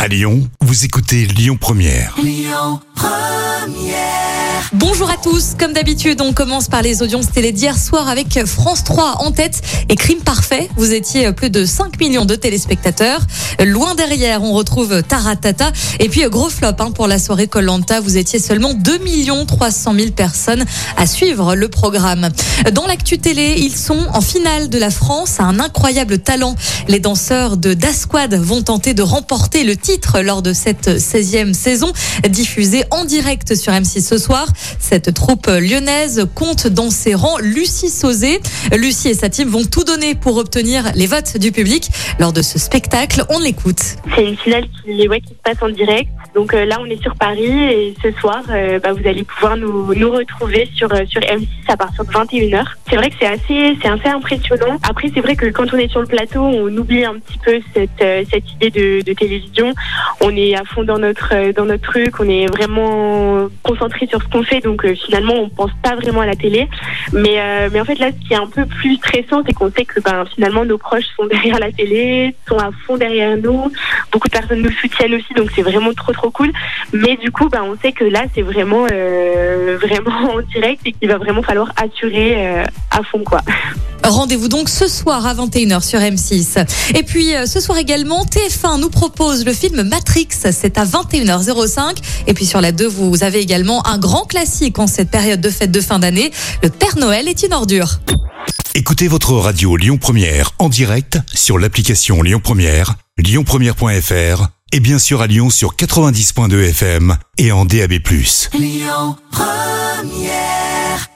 À Lyon, vous écoutez Lyon Première. Lyon Première. Bonjour à tous, comme d'habitude on commence par les audiences télé d'hier soir avec France 3 en tête et Crime Parfait. Vous étiez plus de 5 millions de téléspectateurs. Loin derrière on retrouve Taratata et puis gros flop pour la soirée Koh-Lanta. Vous étiez seulement 2 300 000 personnes à suivre le programme. Dans l'actu télé, ils sont en finale de la France à un incroyable talent. Les danseurs de Da Squad vont tenter de remporter le titre lors de cette 16e saison diffusée en direct sur M6 ce soir. Cette troupe lyonnaise compte dans ses rangs Lucie Sauzet. Lucie et sa team vont tout donner pour obtenir les votes du public lors de ce spectacle. On l'écoute. C'est une finale qui se passe en direct. Donc là, on est sur Paris et ce soir, vous allez pouvoir nous retrouver sur M6 à partir de 21h. C'est vrai que c'est assez impressionnant. Après, c'est vrai que quand on est sur le plateau, on oublie un petit peu cette idée de télévision. On est à fond dans notre truc. On est vraiment concentré sur ce qu'on fait. Donc finalement, on pense pas vraiment à la télé. Mais en fait, là, ce qui est un peu plus stressant, c'est qu'on sait que finalement, nos proches sont derrière la télé, sont à fond derrière nous. Beaucoup de personnes nous soutiennent aussi. Donc c'est vraiment trop cool, mais du coup on sait que là c'est vraiment en direct et qu'il va vraiment falloir assurer à fond quoi. Rendez-vous donc ce soir à 21h sur M6. Et puis ce soir également, TF1 nous propose le film Matrix, c'est à 21h05. Et puis sur la 2, vous avez également un grand classique en cette période de fête de fin d'année, Le Père Noël est une ordure. Écoutez votre radio Lyon Première en direct sur l'application Lyon Première, lyonpremière.fr et bien sûr à Lyon sur 90.2 FM et en DAB+. Lyon Première.